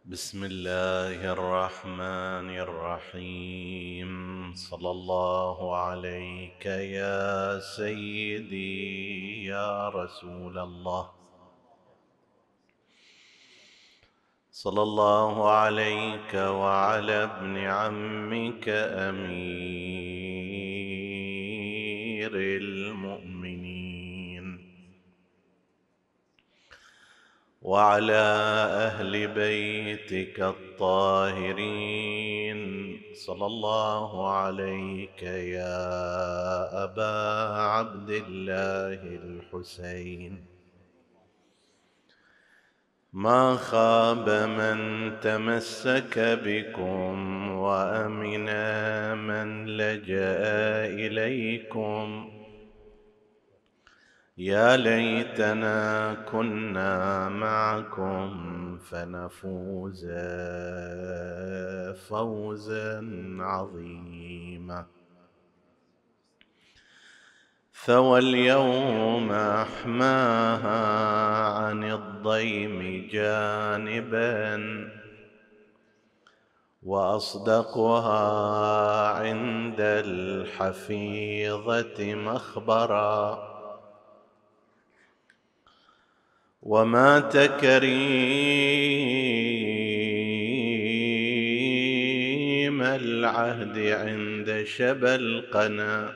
بسم الله الرحمن الرحيم. صلى الله عليك يا سيدي يا رسول الله. صلى الله عليك وعلى ابن عمك أمير المؤمنين وعلى أهل بيتك الطاهرين. صلى الله عليك يا أبا عبد الله الحسين. ما خاب من تمسك بكم وأمن من لجأ إليكم. يا ليتنا كنا معكم فنفوز فوزا عظيما. ثوى اليوم أحماها عن الضيم جانبا وأصدقها عند الحفيظة مخبرا. ومات كريم العهد عند شبى القنا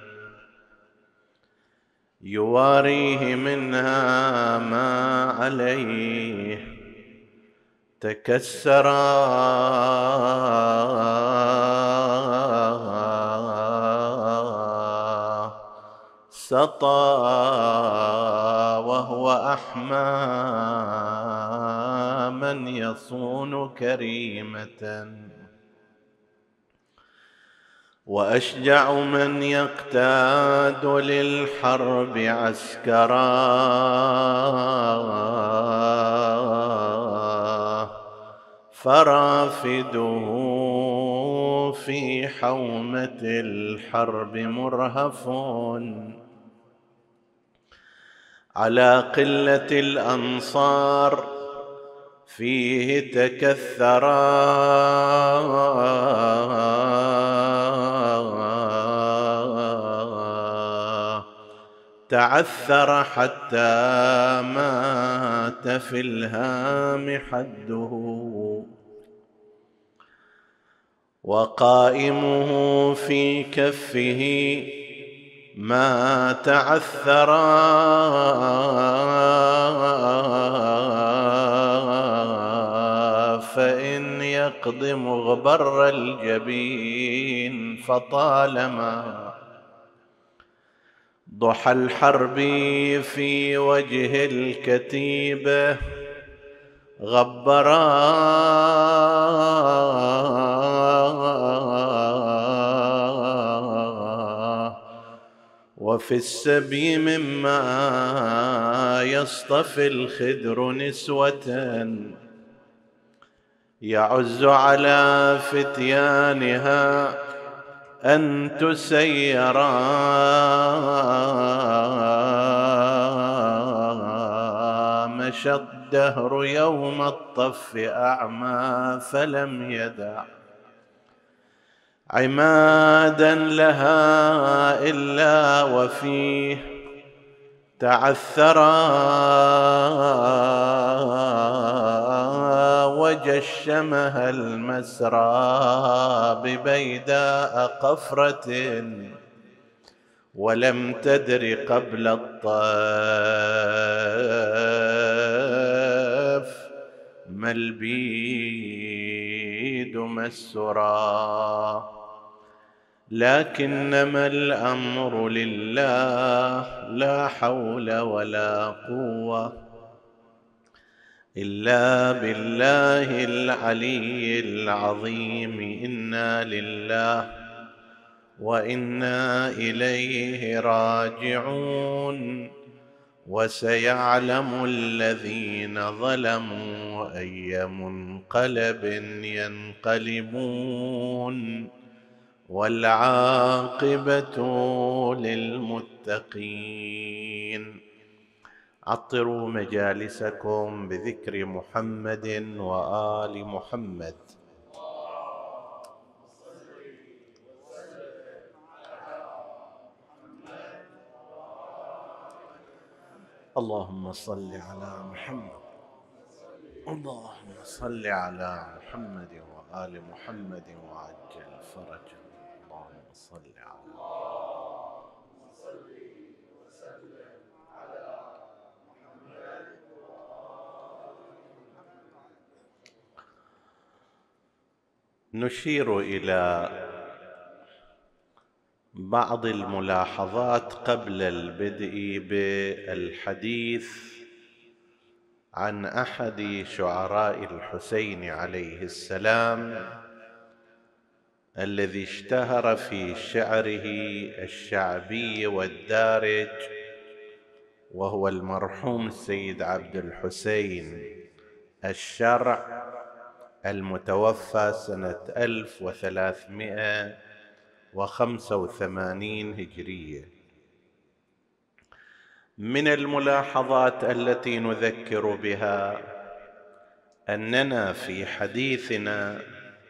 يواريه منها ما عليه تكسرا. سطى وهو أحمى من يصون كريمة وأشجع من يقتاد للحرب عسكرا. فرافده في حومة الحرب مرهف على قلة الأنصار فيه تكثرا. تعثر حتى مات في الهام حده وقائمه في كفه ما تعثرا. فإن يقضم غبر الجبين فطالما ضحى الحرب في وجه الكتيبة غبرا. وفي السبي مما يصطفي الخدر نسوة يعز على فتيانها أن تسيرا. مشى الدهر يوم الطف أعمى فلم يدع عمادا لها إلا وفيه تعثرا. وجشمها المسرى ببيداء قفرة ولم تدر قبل الطاف ما البيد مسرا. لكنما الأمر لله لا حول ولا قوة إلا بالله العلي العظيم. إنا لله وإنا إليه راجعون. وسيعلم الذين ظلموا أي منقلب ينقلبون والعاقبة للمتقين. عطروا مجالسكم بذكر محمد وآل محمد. اللهم صل على محمد، اللهم صل على محمد وآل محمد وعجل فرجا. اللهم صل على نشير إلى بعض الملاحظات قبل البدء بالحديث عن أحد شعراء الحسين عليه السلام الذي اشتهر في شعره الشعبي والدارج، وهو المرحوم السيد عبد الحسين الشرع المتوفى سنة 1385 هجرية. من الملاحظات التي نذكر بها أننا في حديثنا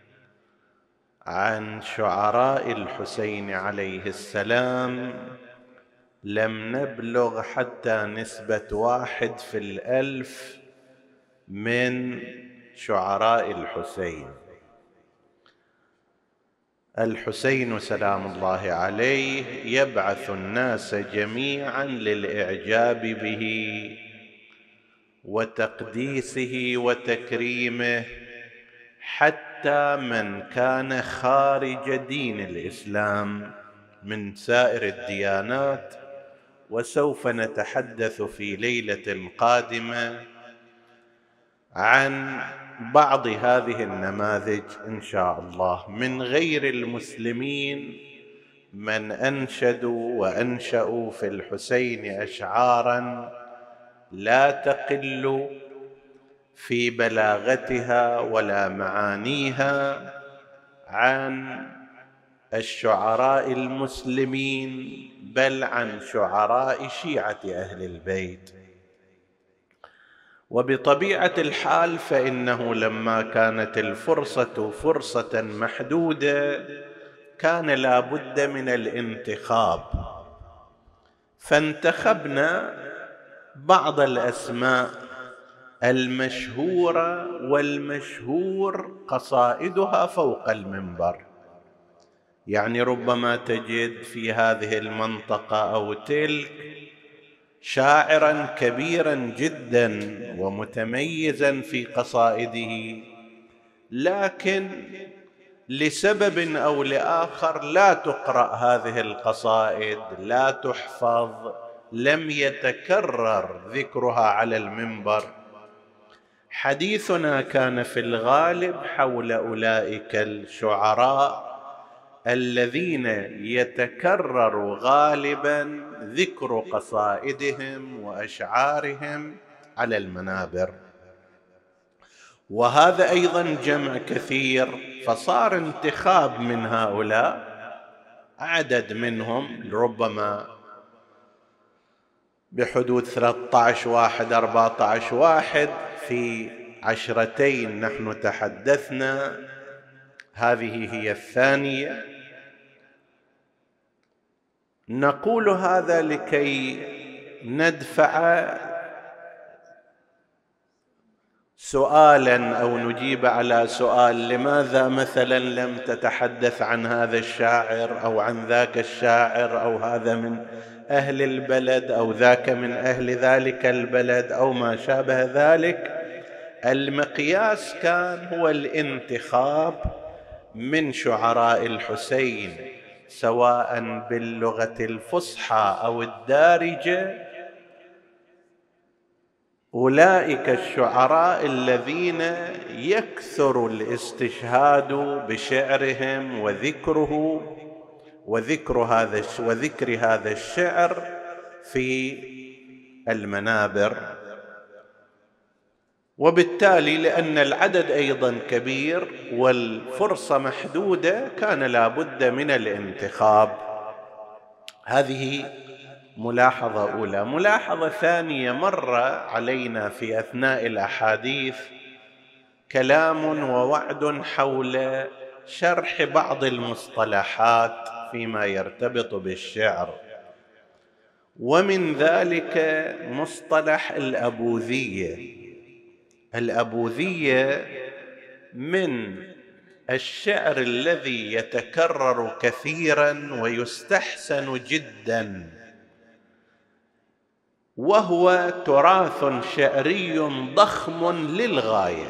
عن شعراء الحسين عليه السلام لم نبلغ حتى نسبة 1/1000 من شعراء الحسين. الحسين سلام الله عليه يبعث الناس جميعا للإعجاب به وتقديسه وتكريمه، حتى من كان خارج دين الإسلام من سائر الديانات، وسوف نتحدث في ليلة قادمة عن بعض هذه النماذج إن شاء الله من غير المسلمين، من أنشدوا وأنشأوا في الحسين أشعارا لا تقل في بلاغتها ولا معانيها عن الشعراء المسلمين، بل عن شعراء شيعة أهل البيت. وبطبيعة الحال فإنه لما كانت الفرصة فرصة محدودة كان لا بد من الانتخاب، فانتخبنا بعض الأسماء المشهورة والمشهور قصائدها فوق المنبر. يعني ربما تجد في هذه المنطقة أو تلك شاعرا كبيرا جدا ومتميزا في قصائده، لكن لسبب أو لآخر لا تقرأ هذه القصائد، لا تحفظ، لم يتكرر ذكرها على المنبر. حديثنا كان في الغالب حول أولئك الشعراء الذين يتكرر غالبا ذكر قصائدهم وأشعارهم على المنابر، وهذا أيضا جمع كثير، فصار انتخاب من هؤلاء عدد منهم ربما بحدود 13 واحد 14 واحد في 10 نحن تحدثنا، هذه هي الثانية. نقول هذا لكي ندفع سؤالا أو نجيب على سؤال: لماذا مثلا لم تتحدث عن هذا الشاعر أو عن ذاك الشاعر، أو هذا من أهل البلد أو ذاك من أهل ذلك البلد أو ما شابه ذلك؟ المقياس كان هو الانتخاب من شعراء الحسين، سواء باللغة الفصحى أو الدارجة، أولئك الشعراء الذين يكثر الاستشهاد بشعرهم وذكر هذا الشعر في المنابر. وبالتالي لأن العدد أيضا كبير والفرصة محدودة كان لا بد من الانتخاب. هذه ملاحظة أولى. ملاحظة ثانية، مر علينا في أثناء الأحاديث كلام ووعد حول شرح بعض المصطلحات فيما يرتبط بالشعر، ومن ذلك مصطلح الأبوذية. الأبوذية من الشعر الذي يتكرر كثيرا ويستحسن جدا، وهو تراث شعري ضخم للغاية.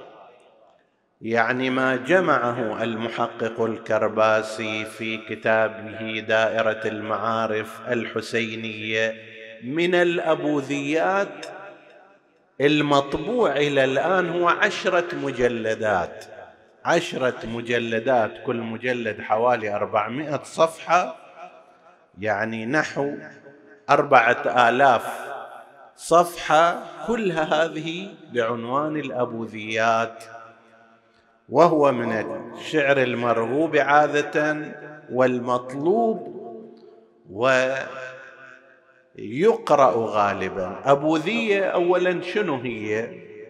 يعني ما جمعه المحقق الكرباسي في كتابه دائرة المعارف الحسينية من الأبوذيات المطبوع إلى الآن هو 10 مجلدات، 10 مجلدات، كل مجلد حوالي 400 صفحة، يعني نحو 4000 صفحة، كلها هذه بعنوان الأبوذيات، وهو من الشعر المرغوب عادة والمطلوب ويقرأ غالبا. أبوذية أولا شنو هي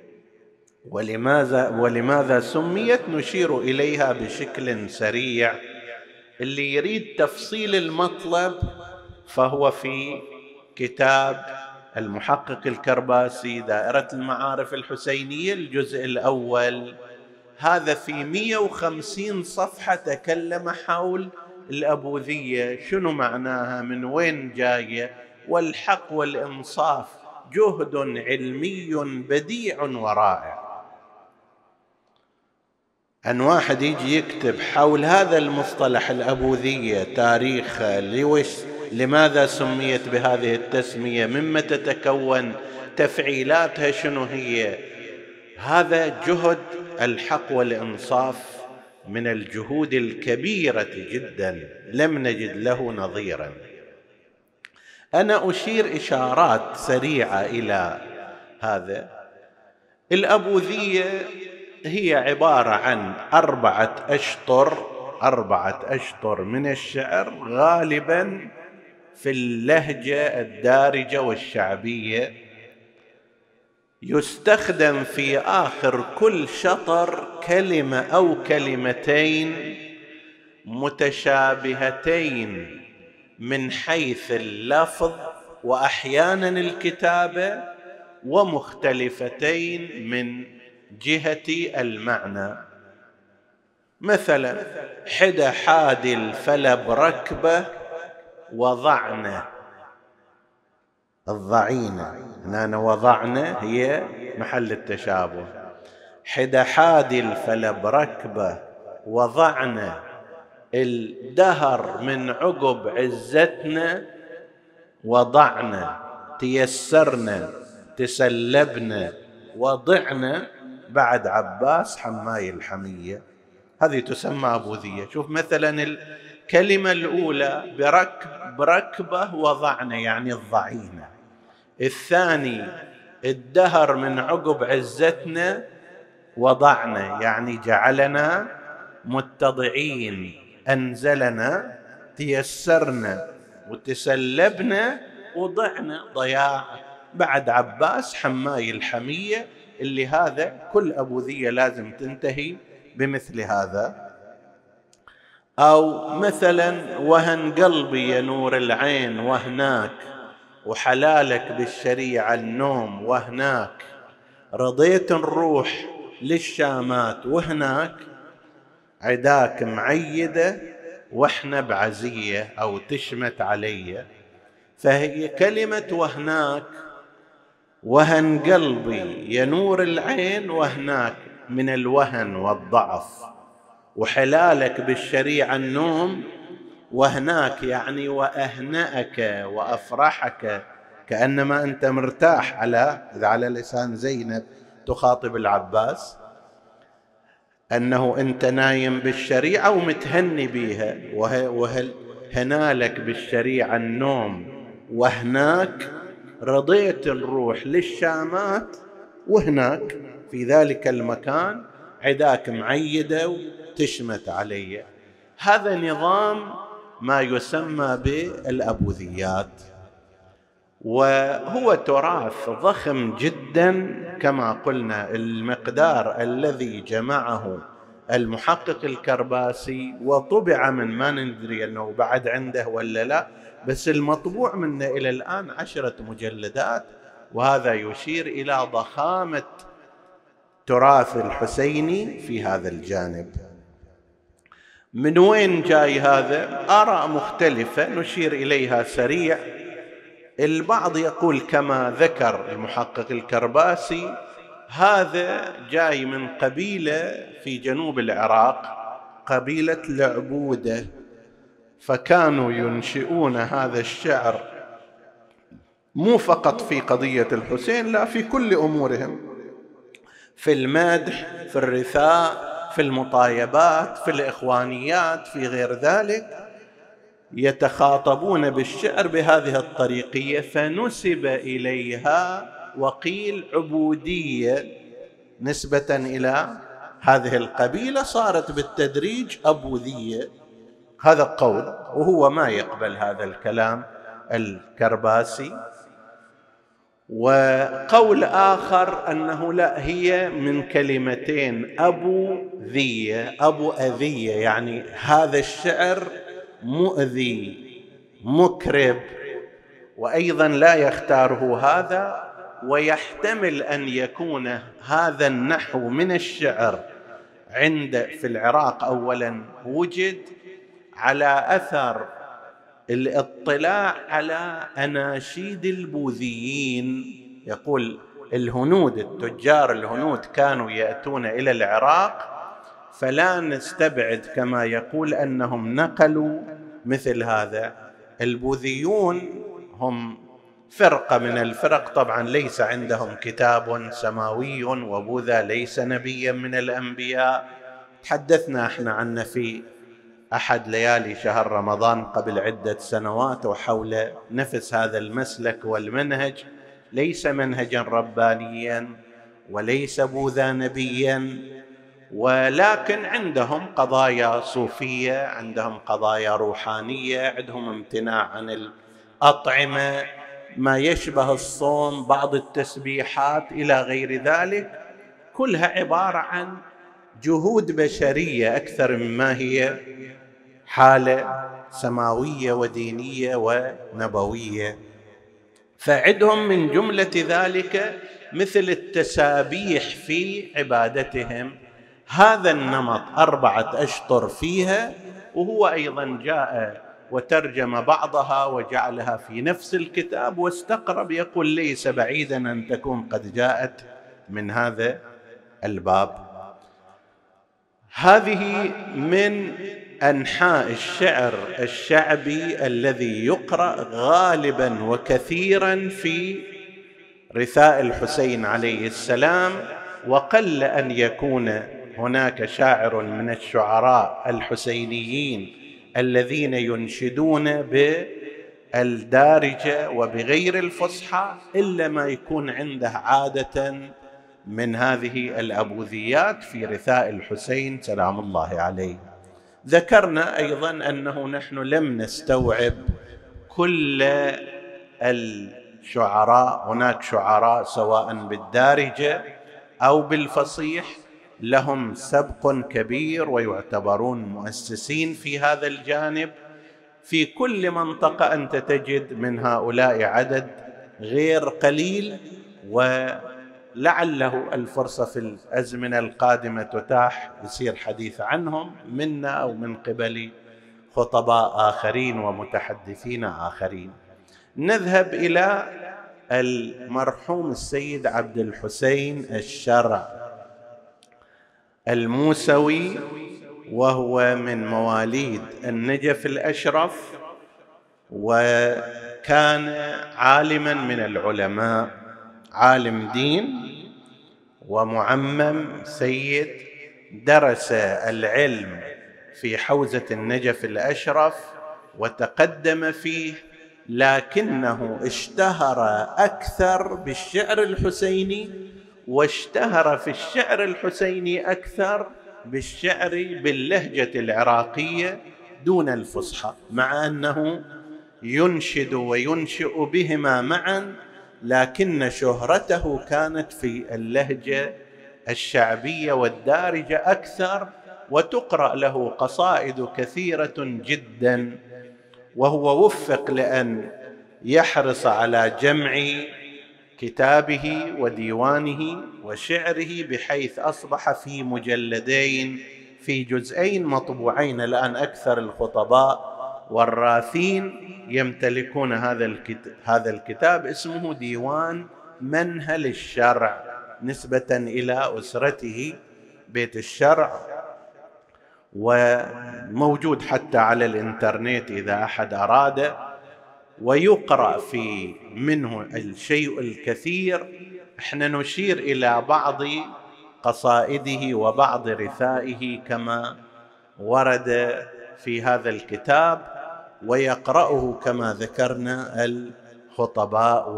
ولماذا سميت؟ نشير إليها بشكل سريع. اللي يريد تفصيل المطلب فهو في كتاب المحقق الكرباسي دائرة المعارف الحسينية الجزء الأول، هذا في 150 صفحة تكلم حول الأبوذية، شنو معناها، من وين جاية، والحق والإنصاف، جهد علمي بديع ورائع. أن واحد يجي يكتب حول هذا المصطلح الأبوذية، تاريخها، لماذا سميت بهذه التسمية، مما تتكون، تفعيلاتها شنو هي، هذا جهد الحق والإنصاف من الجهود الكبيرة جدا لم نجد له نظيرا. أنا أشير إشارات سريعة إلى هذا. الأبوذية هي عبارة عن 4 أشطر من الشعر، غالبا في اللهجة الدارجة والشعبية، يستخدم في آخر كل شطر كلمة أو كلمتين متشابهتين من حيث اللفظ وأحيانا الكتابة، ومختلفتين من جهة المعنى. مثلا حد حاد الفلب ركبة وضعنة، الضعينة هنا وضعنة هي محل التشابه، حد حاد الفلب ركبة وضعنة، الدهر من عقب عزتنا وضعنا، تيسرنا تسلبنا وضعنا، بعد عباس حماي الحمية، هذه تسمى أبوذية. شوف مثلا الكلمة الأولى بركبة وضعنا يعني الضعينة، الثاني الدهر من عقب عزتنا وضعنا يعني جعلنا متضعين، أنزلنا، تيسرنا وتسلبنا وضعنا، ضياع، بعد عباس حماي الحمية، اللي هذا كل أبوذية لازم تنتهي بمثل هذا. أو مثلا وهن قلبي يا نور العين وهناك، وحلالك بالشريعة النوم وهناك، رضيت نروح للشامات وهناك، عداك معيدة واحنا بعزية أو تشمت علي. فهي كلمة وهناك، وهن قلبي يا نور العين وهناك من الوهن والضعف، وحلالك بالشريعة النوم، وهناك يعني وأهنأك وأفرحك، كأنما أنت مرتاح على لسان زينب تخاطب العباس أنه أنت نايم بالشريعة ومتهني بيها، هنالك بالشريعة النوم، وهناك رضيت نروح للشامات، وهناك في ذلك المكان عداك معيدة وتشمت علي. هذا نظام ما يسمى بالأبوذيات. وهو تراث ضخم جدا كما قلنا. المقدار الذي جمعه المحقق الكرباسي وطبع من، ما ندري أنه بعد عنده ولا لا، بس المطبوع منه إلى الآن 10 مجلدات، وهذا يشير إلى ضخامة تراث الحسيني في هذا الجانب. من وين جاي هذا؟ آراء مختلفة نشير إليها سريع. البعض يقول كما ذكر المحقق الكرباسي هذا جاي من قبيلة في جنوب العراق، قبيلة العبودة، فكانوا ينشئون هذا الشعر مو فقط في قضية الحسين، لا، في كل أمورهم، في المدح، في الرثاء، في المطايبات، في الإخوانيات، في غير ذلك، يتخاطبون بالشعر بهذه الطريقية، فنسب إليها وقيل عبودية نسبة إلى هذه القبيلة، صارت بالتدريج أبوذية. هذا قول، وهو ما يقبل هذا الكلام الكرباسي. وقول آخر أنه لا، هي من كلمتين، أبو ذية، أبو أذية، يعني هذا الشعر مؤذي مكرب، وأيضا لا يختاره هذا، ويحتمل أن يكون هذا النحو من الشعر في العراق أولا وجد على أثر الاطلاع على أناشيد البوذيين. يقول الهنود، التجار الهنود كانوا يأتون إلى العراق، فلا نستبعد كما يقول أنهم نقلوا مثل هذا. البوذيون هم فرقة من الفرق، طبعا ليس عندهم كتاب سماوي، وبوذا ليس نبيا من الأنبياء، تحدثنا احنا عنه في أحد ليالي شهر رمضان قبل عدة سنوات، وحول نفس هذا المسلك والمنهج، ليس منهجا ربانيا وليس بوذا نبيا، ولكن عندهم قضايا صوفية، عندهم قضايا روحانية، عندهم امتناع عن الأطعمة، ما يشبه الصوم، بعض التسبيحات إلى غير ذلك، كلها عبارة عن جهود بشرية أكثر مما هي حالة سماوية ودينية ونبوية. فعندهم من جملة ذلك مثل التسابيح في عبادتهم، هذا النمط 4 أشطر فيها، وهو أيضا جاء وترجم بعضها وجعلها في نفس الكتاب واستقرب، يقول ليس بعيدا أن تكون قد جاءت من هذا الباب. هذه من أنحاء الشعر الشعبي الذي يقرأ غالبا وكثيرا في رثاء الحسين عليه السلام، وقل أن يكون هناك شاعر من الشعراء الحسينيين الذين ينشدون بالدارجة وبغير الفصحى إلا ما يكون عنده عادة من هذه الأبوذيات في رثاء الحسين سلام الله عليه. ذكرنا أيضا أنه نحن لم نستوعب كل الشعراء، هناك شعراء سواء بالدارجة أو بالفصيح لهم سبق كبير ويعتبرون مؤسسين في هذا الجانب. في كل منطقة أنت تجد من هؤلاء عدد غير قليل، ولعله الفرصة في الأزمنة القادمة تتاح يصير حديث عنهم منا أو من قبل خطباء آخرين ومتحدثين آخرين. نذهب إلى المرحوم السيد عبد الحسين الشرع الموسوي، وهو من مواليد النجف الأشرف، وكان عالما من العلماء، عالم دين ومعمم سيد، درس العلم في حوزة النجف الأشرف وتقدم فيه، لكنه اشتهر أكثر بالشعر الحسيني، واشتهر في الشعر الحسيني أكثر بالشعر باللهجة العراقية دون الفصحى، مع أنه ينشد وينشئ بهما معا، لكن شهرته كانت في اللهجة الشعبية والدارجة أكثر، وتقرأ له قصائد كثيرة جدا. وهو وفق لأن يحرص على جمع كتابه وديوانه وشعره، بحيث أصبح في مجلدين، في جزئين مطبوعين الآن. أكثر الخطباء والراثين يمتلكون هذا الكتاب، اسمه ديوان منهل الشرع، نسبة إلى أسرته بيت الشرع، وموجود حتى على الإنترنت إذا أحد أراد، ويقرأ في منه الشيء الكثير. احنا نشير إلى بعض قصائده وبعض رثائه كما ورد في هذا الكتاب، ويقرأه كما ذكرنا الخطباء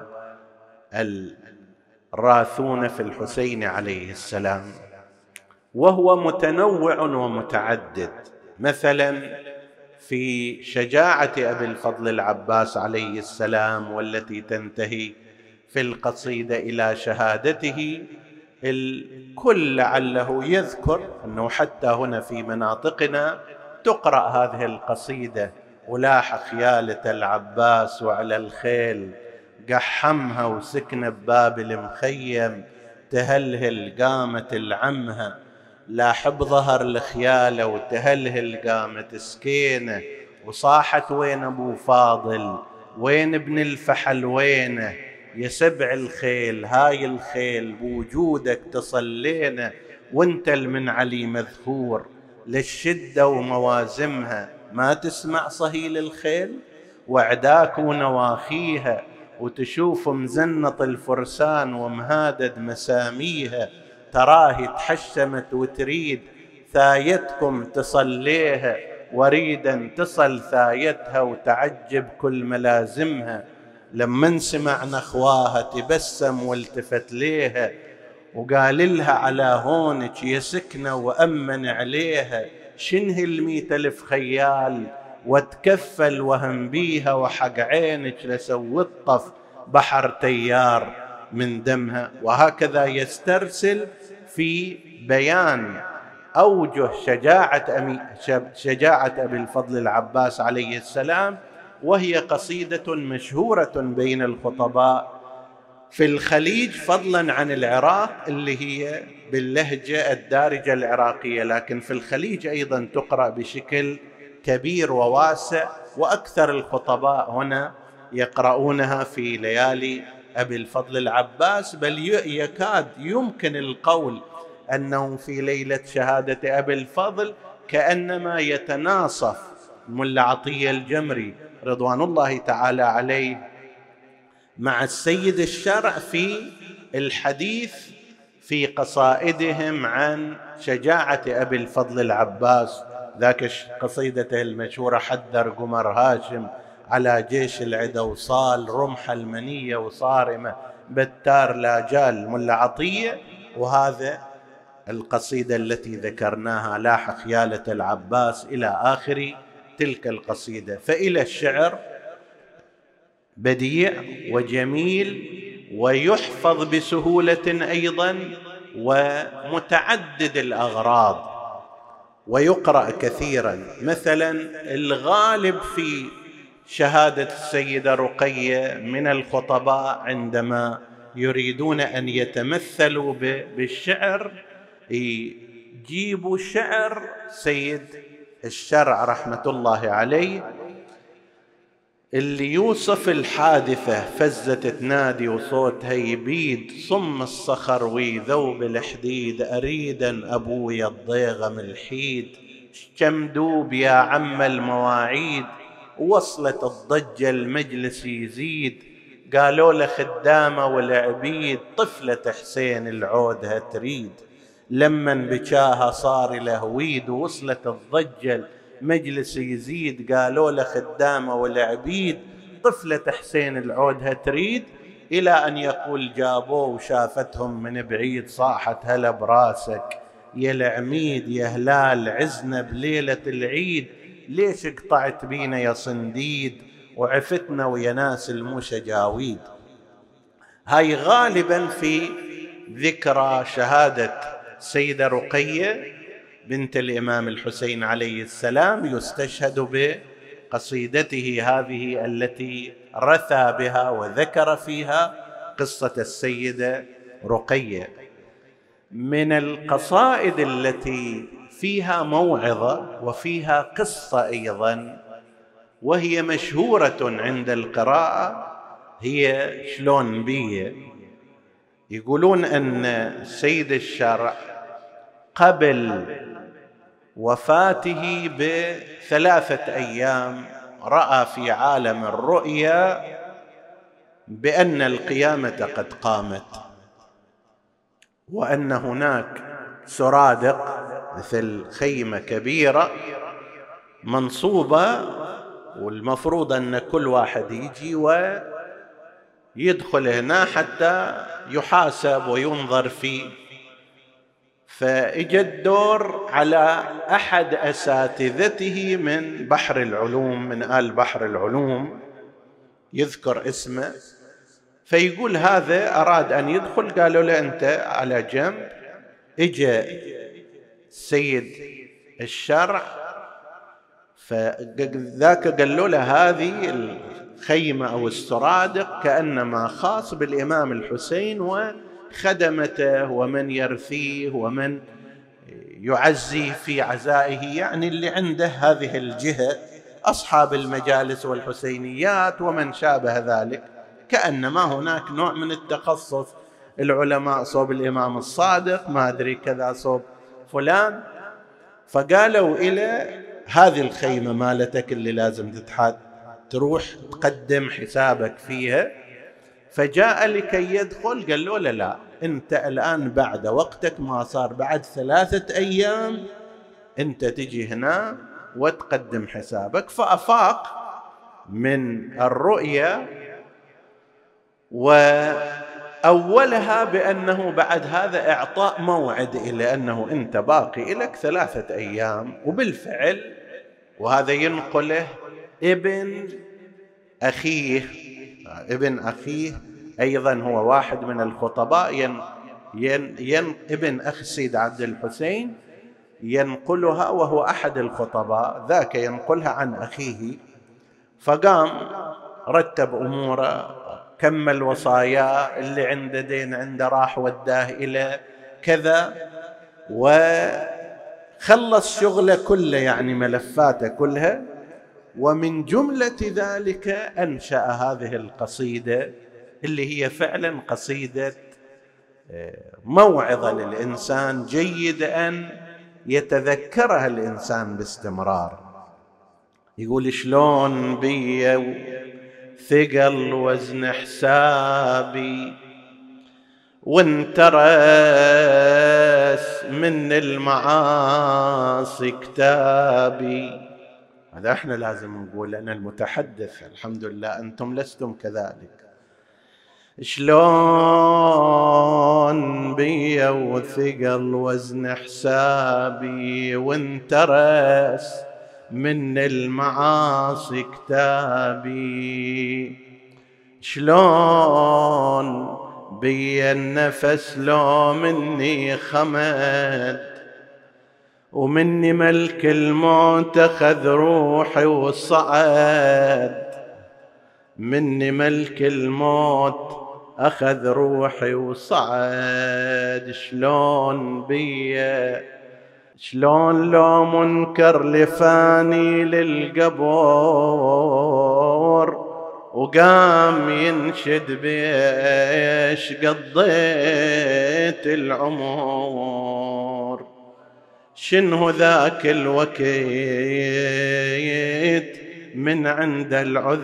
والراثون في الحسين عليه السلام. وهو متنوع ومتعدد، مثلا في شجاعة أبي الفضل العباس عليه السلام، والتي تنتهي في القصيدة إلى شهادته، الكل لعله يذكر أنه حتى هنا في مناطقنا تقرأ هذه القصيدة: ولاح خيالة العباس وعلى الخيل، قحمها وسكن بباب المخيم، تهلهل قامت العمها، لاحب ظهر الخيالة وتهلهل قامت سكينة، وصاحت وين أبو فاضل، وين ابن الفحل وينه، يا سبع الخيل هاي الخيل بوجودك تصلينا، وانت المن علي مذخور للشدة وموازمها، ما تسمع صهيل الخيل وعداك ونواخيها، وتشوف مزنط الفرسان ومهادد مساميها، تراهي تحشمت وتريد ثايتكم تصليها، وريدا تصل ثايتها وتعجب كل ملازمها، لمن سمعنا اخواها تبسم والتفت ليها، وقال لها على هونك يا سكنة وأمن عليها، شنه 100,000 خيال وتكفل وهم بيها، وحق عينك لسوي الطف بحر تيار من دمها. وهكذا يسترسل في بيان أوجه شجاعة أبي الفضل العباس عليه السلام، وهي قصيدة مشهورة بين الخطباء في الخليج، فضلا عن العراق اللي هي باللهجة الدارجة العراقية، لكن في الخليج أيضا تقرأ بشكل كبير وواسع، وأكثر الخطباء هنا يقرؤونها في ليالي أبي الفضل العباس، بل يكاد يمكن القول أنه في ليلة شهادة أبي الفضل كأنما يتناصف ملا عطية الجمري رضوان الله تعالى عليه مع السيد الشرع في الحديث في قصائدهم عن شجاعة أبي الفضل العباس. ذاك قصيدته المشهورة: حذر قمر هاشم على جيش العدا وصال، رمح المنية وصارمة بتار لا جال ملا عطية. وهذا القصيدة التي ذكرناها: لاح خيالة العباس، إلى آخر تلك القصيدة. فإلى الشعر بديع وجميل ويحفظ بسهولة أيضا، ومتعدد الأغراض، ويقرأ كثيرا. مثلا الغالب في شهادة السيدة رقية من الخطباء عندما يريدون أن يتمثلوا بالشعر يجيبوا شعر سيد الشرع رحمة الله عليه، اللي يوصف الحادثة: فزت تنادي وصوتها يبيد، صم الصخر ويذوب الحديد، أريدا أبويا الضيغم الحيد، كم دوب يا عم المواعيد، وصلت الضجة المجلس يزيد، قالوا له خدامة والعبيد، طفلة حسين العودها تريد، لمن بكاها صار له ويد. وصلت الضجة مجلس يزيد، قالوا له خدامة والعبيد، طفلة حسين العودها تريد، إلى أن يقول جابوه وشافتهم من بعيد، صاحت هلا براسك يا العميد، يا هلال عزنا بليلة العيد، ليش قطعت بينا يا صنديد، وعفتنا ويا ناس المشجاويد. هاي غالبا في ذكرى شهادة سيدة رقية بنت الإمام الحسين عليه السلام، يستشهد بقصيدته هذه التي رثى بها وذكر فيها قصة السيدة رقية. من القصائد التي فيها موعظة وفيها قصة أيضا وهي مشهورة عند القراءة هي شلون بيه. يقولون أن سيد الشرع قبل وفاته ب3 أيام رأى في عالم الرؤيا بأن القيامة قد قامت، وأن هناك سرادق مثل خيمة كبيرة منصوبة، والمفروض أن كل واحد يجي ويدخل هنا حتى يحاسب وينظر فيه. فإجى الدور على أحد أساتذته من بحر العلوم، من آل بحر العلوم، يذكر اسمه، فيقول هذا أراد أن يدخل. قالوا له أنت على جنب. إجى سيد الشرع، فذاك قالوا له هذه الخيمة أو السرادق كأنما خاص بالإمام الحسين وخدمته ومن يرثيه ومن يعزيه في عزائه، يعني اللي عنده هذه الجهة، أصحاب المجالس والحسينيات ومن شابه ذلك. كأنما هناك نوع من التخصص، العلماء صوب الإمام الصادق، ما أدري كذا صوب فلان. فقالوا إلى هذه الخيمة مالتك اللي لازم تروح تقدم حسابك فيها. فجاء لكي يدخل، قال له لا، أنت الآن بعد وقتك ما صار، بعد 3 أيام أنت تجي هنا وتقدم حسابك. فأفاق من الرؤيا، وأولها بأنه بعد هذا إعطاء موعد إلى أنه أنت باقي لك 3 أيام. وبالفعل، وهذا ينقله ابن أخيه أيضا هو واحد من الخطباء، ابن أخ سيد عبد الحسين ينقلها، وهو أحد الخطباء، ذاك ينقلها عن أخيه. فقام رتب أموره، كمل وصاياه، اللي عنده دين عنده راح وداه إلى كذا، وخلص شغله كله، يعني ملفاته كلها. ومن جملة ذلك أنشأ هذه القصيدة اللي هي فعلا قصيدة موعظة للإنسان، جيد أن يتذكرها الإنسان باستمرار. يقول شلون بي ثقل وزن حسابي وانترس من المعاصي كتابي. هذا احنا لازم نقول، أنا المتحدث، الحمد لله أنتم لستم كذلك. شلون بي وثقل وزن حسابي وانترس من المعاصي كتابي. شلون بي النفس لو مني خمد ومني ملك الموت أخذ روحي وصعد. مني ملك الموت أخذ روحي وصعد. شلون بي، شلون لو منكر لفاني للقبور وقام ينشد بيش قضيت العمر. شنو ذاك الوقت من عند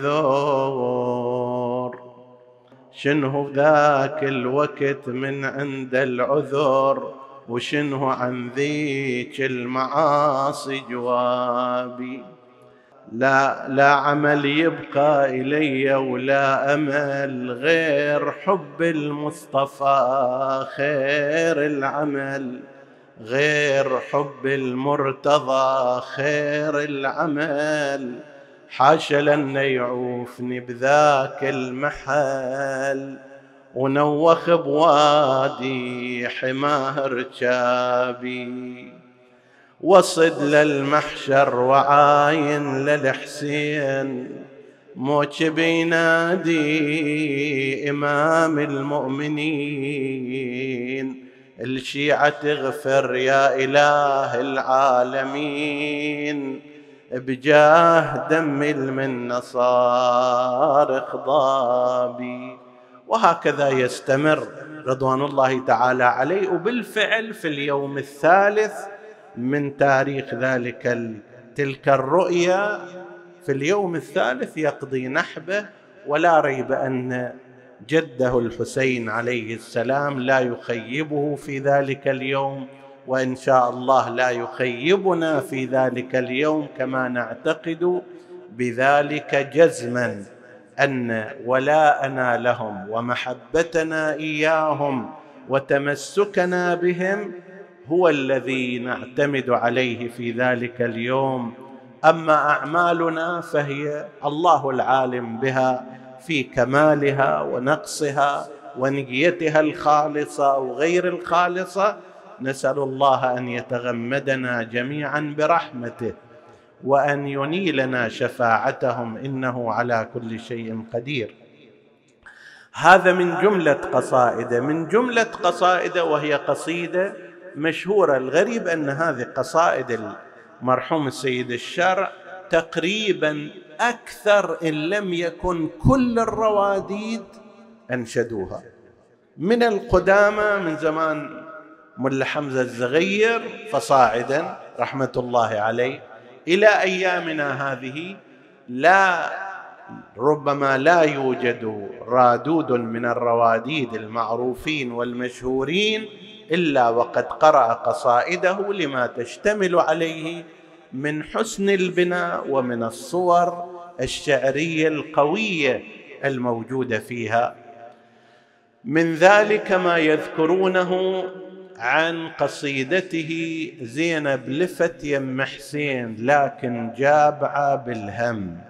العذر، شنو ذاك الوقت من عند العذر، وشنو عن ذيك المعاصي جوابي. لا عمل يبقى إلي ولا أمل غير حب المصطفى خير العمل، غير حب المرتضى خير العمل. حاش لن يعوفني بذاك المحل، ونوخ بوادي حماه رجابي، وصد للمحشر وعاين للحسين، موج بينادي إمام المؤمنين، الشيعة تغفر يا إله العالمين، بجاه دم المنة صار خضابي. وهكذا يستمر رضوان الله تعالى عليه. وبالفعل في اليوم الثالث من تاريخ تلك الرؤيا، في اليوم الثالث يقضي نحبه. ولا ريب أن جده الحسين عليه السلام لا يخيبه في ذلك اليوم، وإن شاء الله لا يخيبنا في ذلك اليوم، كما نعتقد بذلك جزما أن ولاءنا لهم ومحبتنا إياهم وتمسكنا بهم هو الذي نعتمد عليه في ذلك اليوم. أما أعمالنا فهي الله العالم بها في كمالها ونقصها ونيتها الخالصة أو غير الخالصة. نسأل الله أن يتغمدنا جميعا برحمته، وأن ينيلنا شفاعتهم، إنه على كل شيء قدير. هذا من جملة قصائد، وهي قصيدة مشهورة. الغريب أن هذه قصائد المرحوم السيد الشرع تقريبا أكثر إن لم يكن كل الرواديد أنشدوها، من القدامى من زمان ملا حمزة الزغير فصاعدا رحمة الله عليه إلى أيامنا هذه، ربما لا يوجد رادود من الرواديد المعروفين والمشهورين إلا وقد قرأ قصائده لما تشتمل عليه من حسن البناء ومن الصور الشعرية القوية الموجودة فيها. من ذلك ما يذكرونه عن قصيدته زينب لفت يم حسين لكن جابعة بالهم.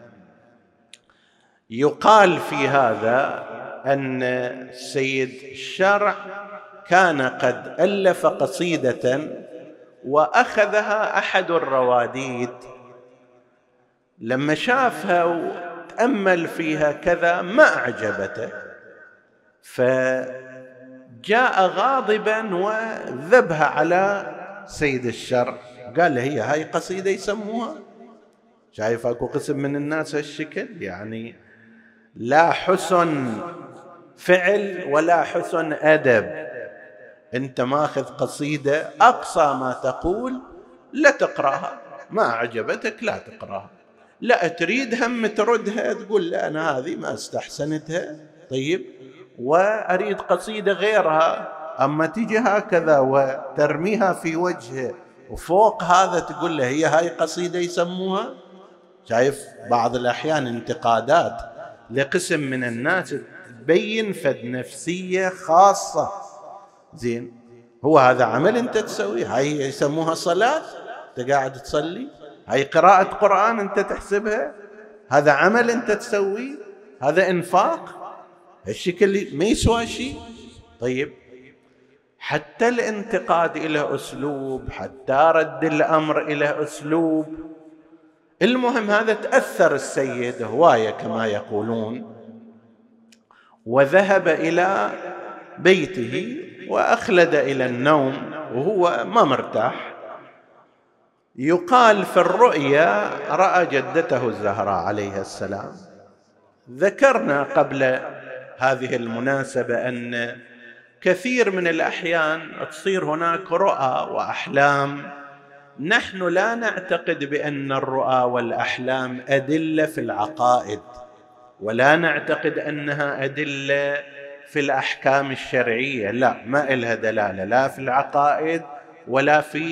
يقال في هذا أن السيد الشرع كان قد ألف قصيدة وأخذها أحد الرواديد، لما شافها وتأمل فيها كذا ما أعجبته، فجاء غاضبا وذبها على سيد الشرع، قال له هاي قصيدة يسموها؟ شايف أكو قسم من الناس هالشكل، يعني لا حسن فعل ولا حسن أدب. أنت ماخذ قصيدة أقصى ما تقول لا تقرأها، ما أعجبتك لا تقرأها، لا تريد هم تردها تقول لا أنا هذه ما استحسنتها، طيب وأريد قصيدة غيرها. أما تجي هكذا وترميها في وجهه وفوق هذا تقول له هاي قصيدة يسموها؟ شايف بعض الأحيان انتقادات لقسم من الناس تبين فد نفسية خاصة. زين، هو هذا عمل أنت تسويه؟ هاي يسموها صلاة؟ أنت قاعد تصلي؟ هاي قراءة قرآن أنت تحسبها؟ هذا عمل أنت تسويه؟ هذا إنفاق؟ هالشكل ما يسوى شيء. طيب حتى الانتقاد إلى أسلوب، حتى رد الأمر إلى أسلوب. المهم هذا تأثر السيد هواية كما يقولون، وذهب إلى بيته وأخلد إلى النوم وهو ما مرتاح. يقال في الرؤيا رأى جدته الزهراء عليها السلام. ذكرنا قبل هذه المناسبة أن كثير من الأحيان تصير هناك رؤى وأحلام، نحن لا نعتقد بأن الرؤى والأحلام أدلة في العقائد، ولا نعتقد أنها أدلة في الأحكام الشرعية، لا، ما إلها دلالة لا في العقائد ولا في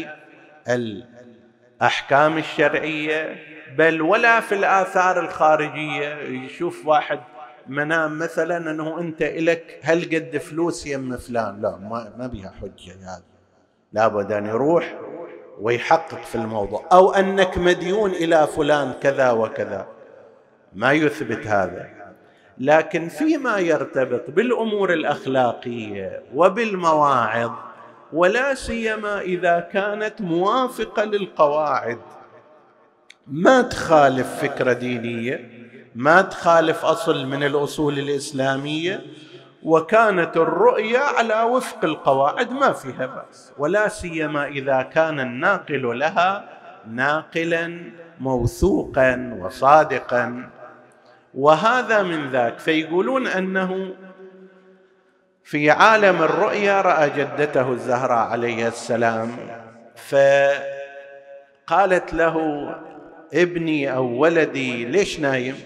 الأحكام الشرعية، بل ولا في الآثار الخارجية. يشوف واحد منام مثلا أنه أنت إلك هل قد فلوس يم فلان، لا، ما بيها حجة هذا، لابد أن يروح ويحقق في الموضوع، أو أنك مديون إلى فلان كذا وكذا، ما يثبت هذا. لكن فيما يرتبط بالأمور الأخلاقية وبالمواعظ، ولا سيما إذا كانت موافقة للقواعد، ما تخالف فكرة دينية، ما تخالف أصل من الأصول الإسلامية، وكانت الرؤية على وفق القواعد، ما فيها بأس، ولا سيما إذا كان الناقل لها ناقلا موثوقا وصادقا. وهذا من ذاك. فيقولون أنه في عالم الرؤيا رأى جدته الزهراء عليه السلام، فقالت له: ابني أو ولدي ليش نايم؟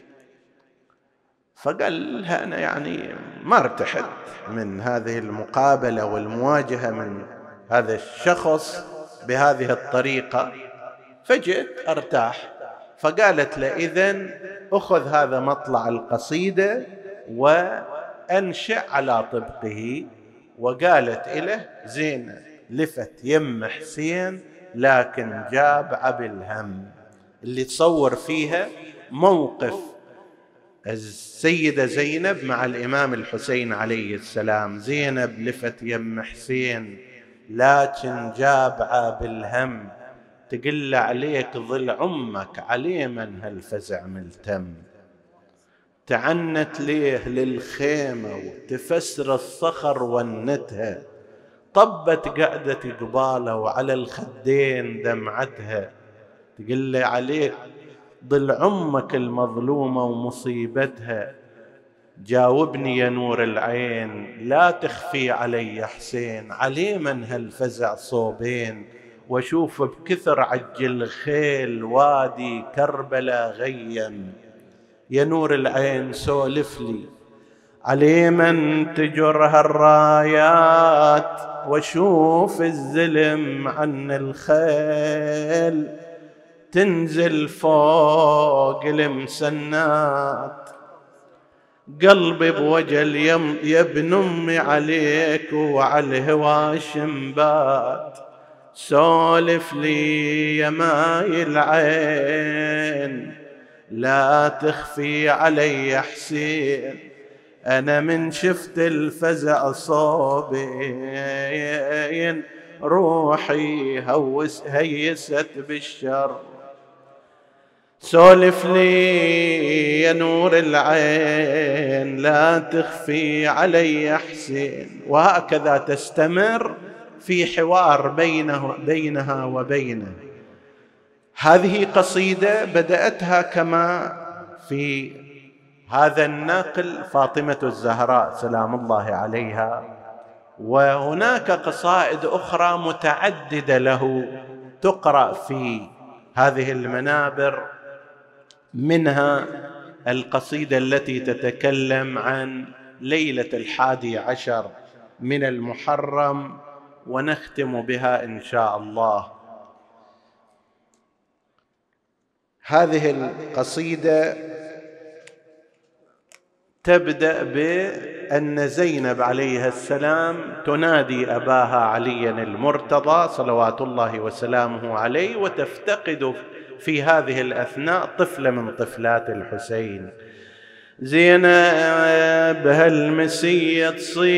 فقال لها: أنا يعني ما ارتحت من هذه المقابلة والمواجهة من هذا الشخص بهذه الطريقة، فجئت أرتاح. فقالت له: إذن أخذ هذا مطلع القصيدة وأنشئ على طبقه. وقالت إله: زين لفت يم حسين لكن جاب عبي الهم، اللي تصور فيها موقف السيدة زينب مع الإمام الحسين عليه السلام. زينب لفت يم حسين لكن جاب عبي الهم، تقل عليك ظل عمك عليه من هالفزع ملتم. تعنت ليه للخيمة وتفسر الصخر ونتها، طبت قعدة قباله وعلى الخدين دمعتها. تقل عليك ظل عمك المظلومة ومصيبتها، جاوبني يا نور العين لا تخفي علي حسين، عليه من هالفزع صوبين، واشوف بكثر عج الخيل وادي كربلا غيم. يا نور العين سولف لي عليه من تجرها الرايات، واشوف الزلم عن الخيل تنزل فوق المسنات. قلبي بوجل يا ابن امي عليك وعلى الهوى شمبات، سولف لي يا ماي العين لا تخفي علي حسين، أنا من شفت الفزع صوبين روحي هيست بالشر. سولف لي يا نور العين لا تخفي علي حسين. وهكذا تستمر في حوار بينها وبينه. هذه قصيدة بدأتها كما في هذا الناقل فاطمة الزهراء سلام الله عليها، وهناك قصائد أخرى متعددة له تقرأ في هذه المنابر، منها القصيدة التي تتكلم عن ليلة 11 من المحرم، ونختم بها إن شاء الله. هذه القصيدة تبدأ بأن زينب عليه السلام تنادي أباها عليا المرتضى صلوات الله وسلامه عليه، وتفتقد في هذه الأثناء طفلة من طفلات الحسين. زينب هالمسية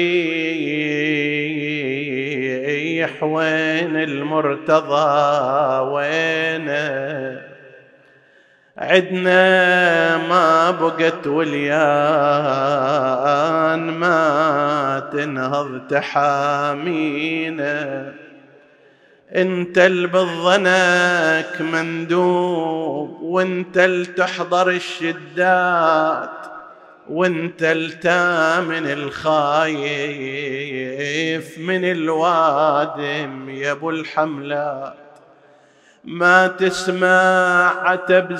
تصيح وين المرتضى وينه، عدنا ما بقت وليان ما تنهض تحامينا، انت اللي بالظنك مندوب وانت اللي تحضر الشدات، وانت التامن الخايف من الوادم يا ابو الحملات، ما تسمع عتب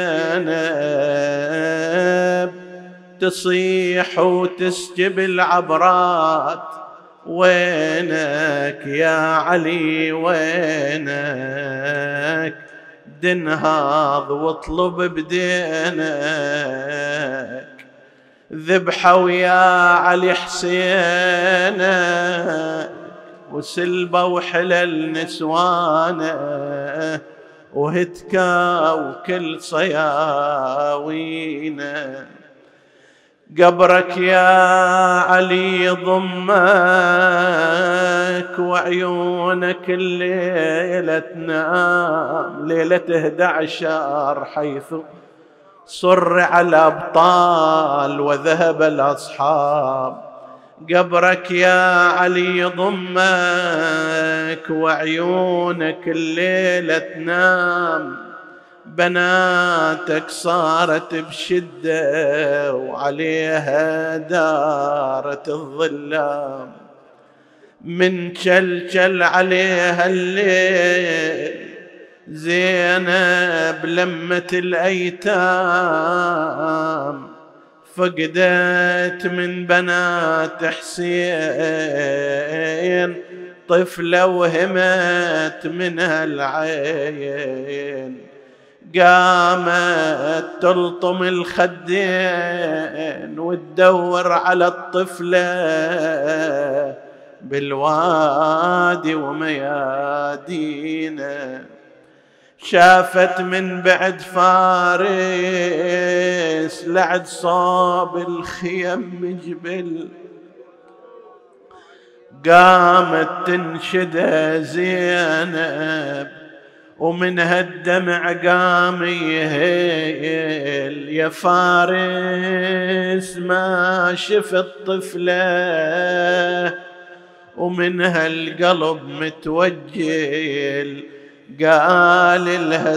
زينب تصيح وتسجب العبرات، وينك يا علي وينك دنهاض واطلب بدينك، ذبحة ويا علي حسينك وسلبة وحلل نسوانه، وهتكا وكل صياوينا. قبرك يا علي ضمك وعيونك الليلة تنام، ليلة 11 حيث صرع الأبطال وذهب الأصحاب. قبرك يا علي ضمك وعيونك الليلة تنام، بناتك صارت بشدة وعليها دارت الظلام، من كلكل عليها الليل زينب لمة الأيتام، فقدت من بنات حسين طفلة وهمت منها العين، قامت تلطم الخدين وتدور على الطفلة بالوادي وميادينه. شافت من بعد فارس لعد صاب الخيم جبل، قامت تنشد زينب ومنها الدمع قام يهيل، يا فارس ما شفت طفله ومنها القلب متوجل، قال لها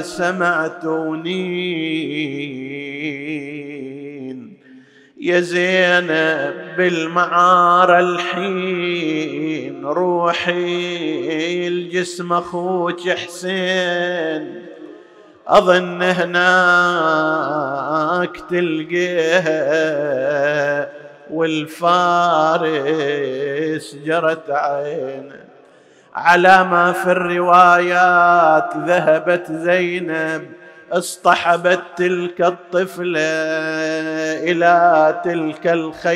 سمعتونين يا زينب بالمعارة الحين، روحي الجسم اخوك حسين اظن هناك تلقيها، والفارس جرت عينه. على ما في الروايات ذهبت زينب اصطحبت تلك الطفلة إلى تلك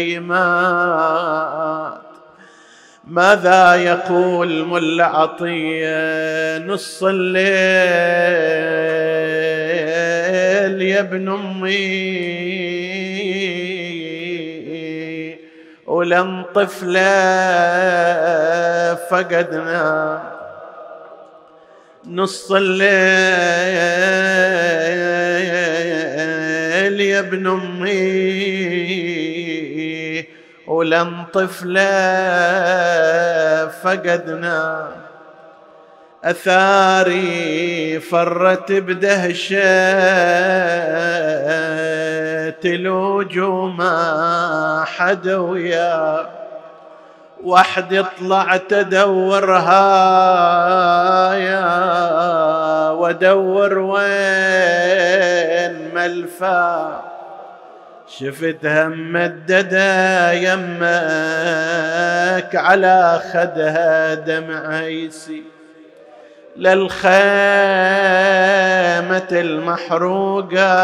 الخيمات. ماذا يقول ملا عطية نص الليل يا ابن أمي ولن طفلة فقدنا، نص الليل يا ابن أمي ولن طفلة فقدنا، أثاري فرت بدهشة تلوج وما حد ويا، وحدي طلعت ادورها يا وادور وين ملفا، شفتها ممددة يمك على خدها دمع يسي، للخيمة المحروقة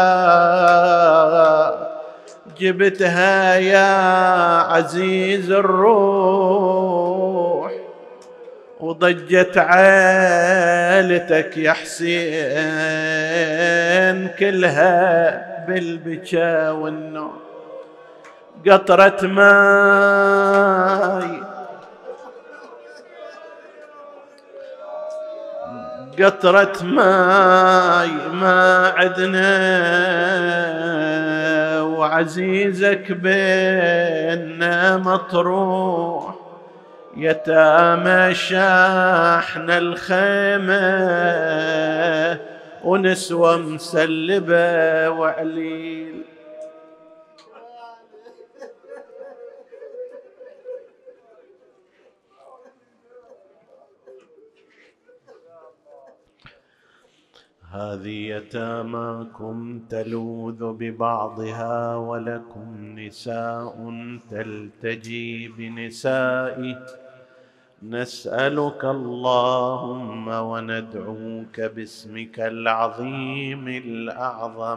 جبتها يا عزيز الروح، وضجت عيلتك يا حسين كلها بالبكا والنوم. قطرة ماي قطرة ماي ما عدنا، وعزيزك بينا مطروح، يتامى شاحن الخيمة ونسوى مسلبة وعليل. هذه يتاماكم تلوذ ببعضها، ولكم نساء تلتجي بنسائه، نسألك اللهم وندعوك باسمك العظيم الأعظم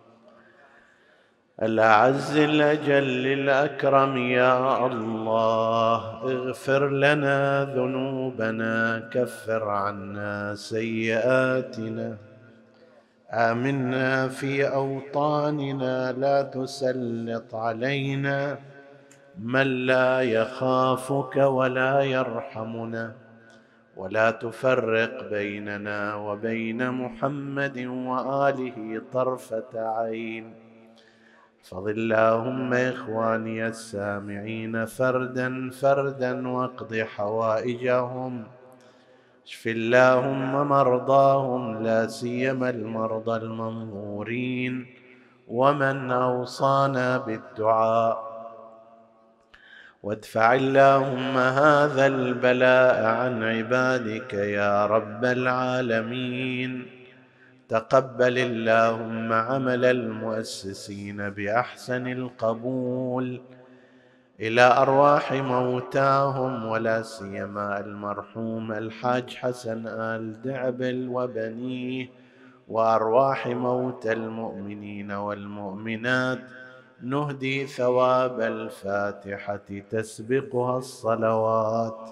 الأعز الأجل الأكرم، يا الله اغفر لنا ذنوبنا، كفر عنا سيئاتنا، آمنا في أوطاننا، لا تسلط علينا من لا يخافك ولا يرحمنا، ولا تفرق بيننا وبين محمد وآله طرفة عين. احفظ اللهم إخواني السامعين فردا فردا، واقض حوائجهم، اشف اللهم مرضاهم، لا سيما المرضى المنظورين ومن أوصانا بالدعاء، وادفع اللهم هذا البلاء عن عبادك يا رب العالمين. تقبل اللهم عمل المؤسسين بأحسن القبول إلى أرواح موتاهم، ولا سيما المرحوم الحاج حسن آل دعبل وبنيه، وأرواح موتى المؤمنين والمؤمنات. نهدي ثواب الفاتحة تسبقها الصلوات.